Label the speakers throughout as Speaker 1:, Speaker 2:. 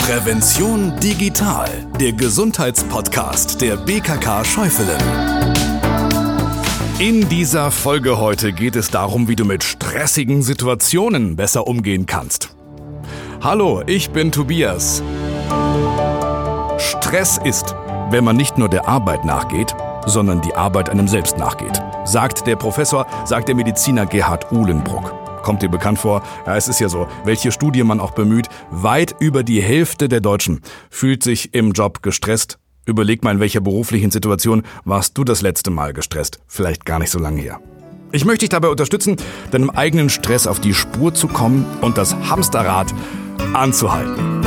Speaker 1: Prävention digital, der Gesundheitspodcast der BKK Scheufelen. In dieser Folge heute geht es darum, wie du mit stressigen Situationen besser umgehen kannst. Hallo, ich bin Tobias. Stress ist, wenn man nicht nur der Arbeit nachgeht, sondern die Arbeit einem selbst nachgeht, sagt der Mediziner Gerhard Uhlenbruck. Kommt dir bekannt vor? Ja, es ist ja so, welche Studie man auch bemüht, weit über die Hälfte der Deutschen fühlt sich im Job gestresst. Überleg mal, in welcher beruflichen Situation warst du das letzte Mal gestresst? Vielleicht gar nicht so lange her. Ich möchte dich dabei unterstützen, deinem eigenen Stress auf die Spur zu kommen und das Hamsterrad anzuhalten.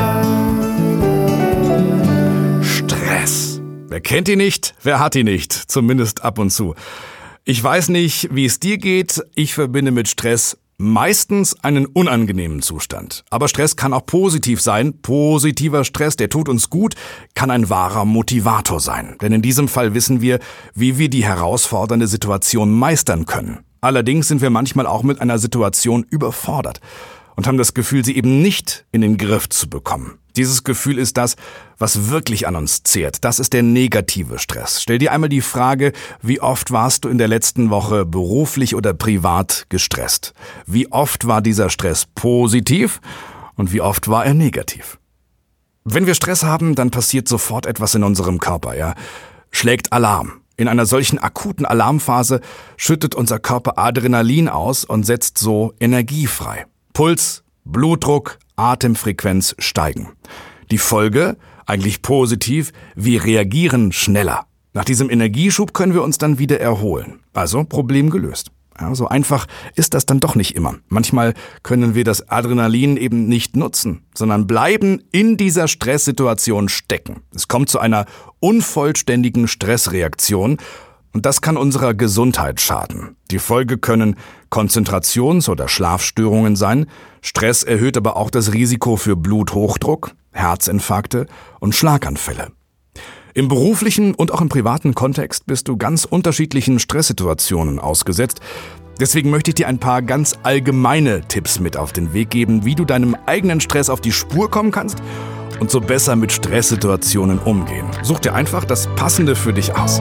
Speaker 1: Stress. Wer kennt ihn nicht? Wer hat ihn nicht? Zumindest ab und zu. Ich weiß nicht, wie es dir geht. Ich verbinde mit Stress meistens einen unangenehmen Zustand. Aber Stress kann auch positiv sein. Positiver Stress, der tut uns gut, kann ein wahrer Motivator sein. Denn in diesem Fall wissen wir, wie wir die herausfordernde Situation meistern können. Allerdings sind wir manchmal auch mit einer Situation überfordert und haben das Gefühl, sie eben nicht in den Griff zu bekommen. Dieses Gefühl ist das, was wirklich an uns zehrt. Das ist der negative Stress. Stell dir einmal die Frage, wie oft warst du in der letzten Woche beruflich oder privat gestresst? Wie oft war dieser Stress positiv und wie oft war er negativ? Wenn wir Stress haben, dann passiert sofort etwas in unserem Körper, ja? Schlägt Alarm. In einer solchen akuten Alarmphase schüttet unser Körper Adrenalin aus und setzt so Energie frei. Puls, Blutdruck, Atemfrequenz steigen. Die Folge, eigentlich positiv, wir reagieren schneller. Nach diesem Energieschub können wir uns dann wieder erholen. Also Problem gelöst. Ja, so einfach ist das dann doch nicht immer. Manchmal können wir das Adrenalin eben nicht nutzen, sondern bleiben in dieser Stresssituation stecken. Es kommt zu einer unvollständigen Stressreaktion und das kann unserer Gesundheit schaden. Die Folge können Konzentrations- oder Schlafstörungen sein. Stress erhöht aber auch das Risiko für Bluthochdruck, Herzinfarkte und Schlaganfälle. Im beruflichen und auch im privaten Kontext bist du ganz unterschiedlichen Stresssituationen ausgesetzt. Deswegen möchte ich dir ein paar ganz allgemeine Tipps mit auf den Weg geben, wie du deinem eigenen Stress auf die Spur kommen kannst und so besser mit Stresssituationen umgehen. Such dir einfach das Passende für dich aus.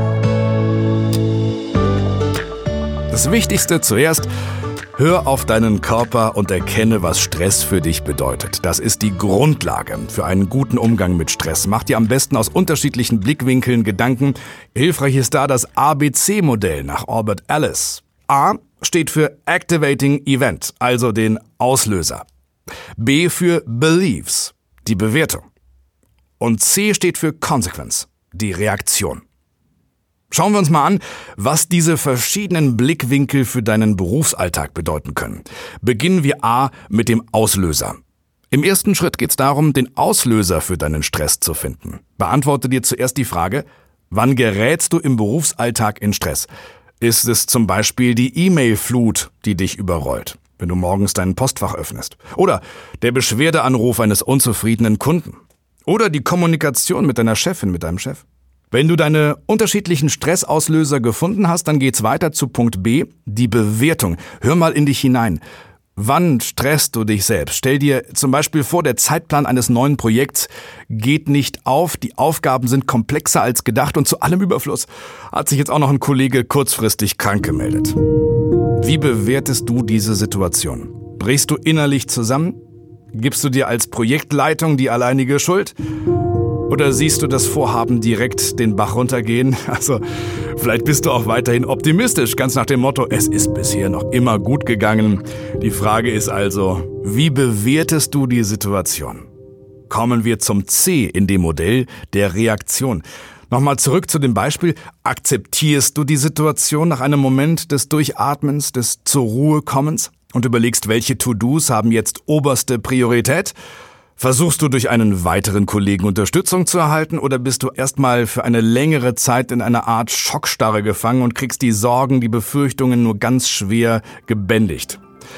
Speaker 1: Das Wichtigste zuerst, hör auf deinen Körper und erkenne, was Stress für dich bedeutet. Das ist die Grundlage für einen guten Umgang mit Stress. Mach dir am besten aus unterschiedlichen Blickwinkeln Gedanken. Hilfreich ist da das ABC-Modell nach Albert Ellis. A steht für Activating Event, also den Auslöser. B für Beliefs, die Bewertung. Und C steht für Consequence, die Reaktion. Schauen wir uns mal an, was diese verschiedenen Blickwinkel für deinen Berufsalltag bedeuten können. Beginnen wir A mit dem Auslöser. Im ersten Schritt geht es darum, den Auslöser für deinen Stress zu finden. Beantworte dir zuerst die Frage, wann gerätst du im Berufsalltag in Stress? Ist es zum Beispiel die E-Mail-Flut, die dich überrollt, wenn du morgens dein Postfach öffnest? Oder der Beschwerdeanruf eines unzufriedenen Kunden? Oder die Kommunikation mit deiner Chefin, mit deinem Chef? Wenn du deine unterschiedlichen Stressauslöser gefunden hast, dann geht's weiter zu Punkt B, die Bewertung. Hör mal in dich hinein. Wann stresst du dich selbst? Stell dir zum Beispiel vor, der Zeitplan eines neuen Projekts geht nicht auf, die Aufgaben sind komplexer als gedacht und zu allem Überfluss hat sich jetzt auch noch ein Kollege kurzfristig krank gemeldet. Wie bewertest du diese Situation? Brichst du innerlich zusammen? Gibst du dir als Projektleitung die alleinige Schuld? Oder siehst du das Vorhaben direkt den Bach runtergehen? Also, vielleicht bist du auch weiterhin optimistisch, ganz nach dem Motto, es ist bisher noch immer gut gegangen. Die Frage ist also, wie bewertest du die Situation? Kommen wir zum C in dem Modell der Reaktion. Nochmal zurück zu dem Beispiel. Akzeptierst du die Situation nach einem Moment des Durchatmens, des zur Ruhe kommens und überlegst, welche To-Dos haben jetzt oberste Priorität? Versuchst du durch einen weiteren Kollegen Unterstützung zu erhalten oder bist du erstmal für eine längere Zeit in einer Art Schockstarre gefangen und kriegst die Sorgen, die Befürchtungen nur ganz schwer gebändigt?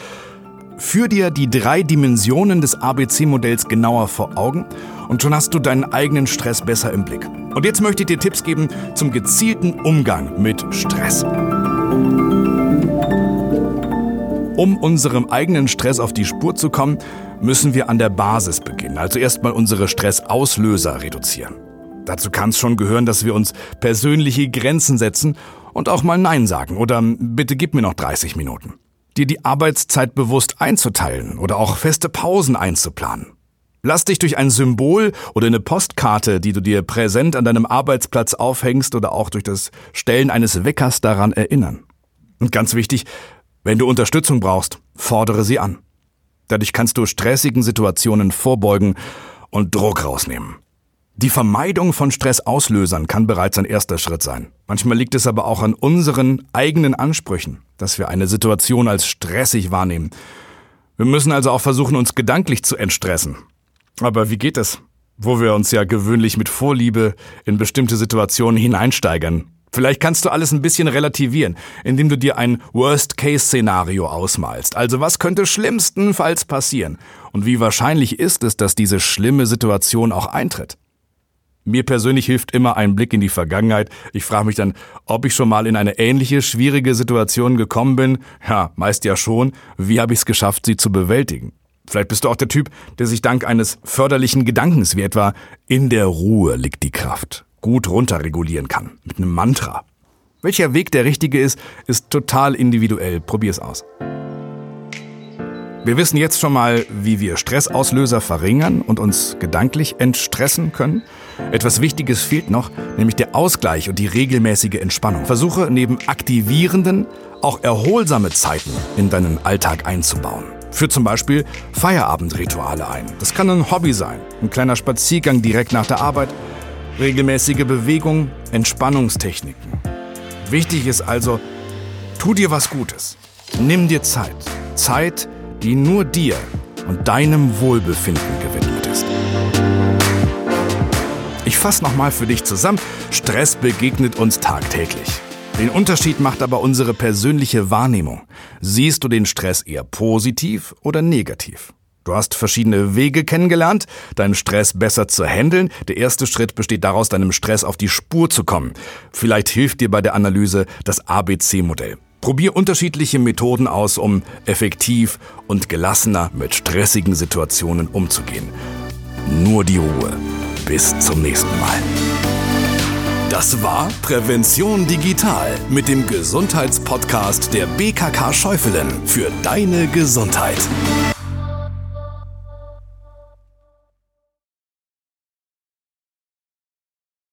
Speaker 1: Führ dir die 3 Dimensionen des ABC-Modells genauer vor Augen und schon hast du deinen eigenen Stress besser im Blick. Und jetzt möchte ich dir Tipps geben zum gezielten Umgang mit Stress. Um unserem eigenen Stress auf die Spur zu kommen, müssen wir an der Basis beginnen, also erstmal unsere Stressauslöser reduzieren. Dazu kann es schon gehören, dass wir uns persönliche Grenzen setzen und auch mal Nein sagen oder bitte gib mir noch 30 Minuten. Dir die Arbeitszeit bewusst einzuteilen oder auch feste Pausen einzuplanen. Lass dich durch ein Symbol oder eine Postkarte, die du dir präsent an deinem Arbeitsplatz aufhängst oder auch durch das Stellen eines Weckers daran erinnern. Und ganz wichtig, wenn du Unterstützung brauchst, fordere sie an. Dadurch kannst du stressigen Situationen vorbeugen und Druck rausnehmen. Die Vermeidung von Stressauslösern kann bereits ein erster Schritt sein. Manchmal liegt es aber auch an unseren eigenen Ansprüchen, dass wir eine Situation als stressig wahrnehmen. Wir müssen also auch versuchen, uns gedanklich zu entstressen. Aber wie geht es, wo wir uns ja gewöhnlich mit Vorliebe in bestimmte Situationen hineinsteigern? Vielleicht kannst du alles ein bisschen relativieren, indem du dir ein Worst-Case-Szenario ausmalst. Also was könnte schlimmstenfalls passieren? Und wie wahrscheinlich ist es, dass diese schlimme Situation auch eintritt? Mir persönlich hilft immer ein Blick in die Vergangenheit. Ich frage mich dann, ob ich schon mal in eine ähnliche, schwierige Situation gekommen bin. Ja, meist ja schon. Wie habe ich es geschafft, sie zu bewältigen? Vielleicht bist du auch der Typ, der sich dank eines förderlichen Gedankens, wie etwa in der Ruhe liegt die Kraft, gut runterregulieren kann, mit einem Mantra. Welcher Weg der richtige ist total individuell. Probier's aus. Wir wissen jetzt schon mal, wie wir Stressauslöser verringern und uns gedanklich entstressen können. Etwas Wichtiges fehlt noch, nämlich der Ausgleich und die regelmäßige Entspannung. Versuche neben aktivierenden auch erholsame Zeiten in deinen Alltag einzubauen. Führ zum Beispiel Feierabendrituale ein. Das kann ein Hobby sein, ein kleiner Spaziergang direkt nach der Arbeit, regelmäßige Bewegung, Entspannungstechniken. Wichtig ist also, tu dir was Gutes. Nimm dir Zeit. Zeit, die nur dir und deinem Wohlbefinden gewidmet ist. Ich fasse nochmal für dich zusammen. Stress begegnet uns tagtäglich. Den Unterschied macht aber unsere persönliche Wahrnehmung. Siehst du den Stress eher positiv oder negativ? Du hast verschiedene Wege kennengelernt, deinen Stress besser zu handeln. Der erste Schritt besteht daraus, deinem Stress auf die Spur zu kommen. Vielleicht hilft dir bei der Analyse das ABC-Modell. Probier unterschiedliche Methoden aus, um effektiv und gelassener mit stressigen Situationen umzugehen. Nur die Ruhe. Bis zum nächsten Mal. Das war Prävention Digital mit dem Gesundheitspodcast der BKK Scheufelen für deine Gesundheit.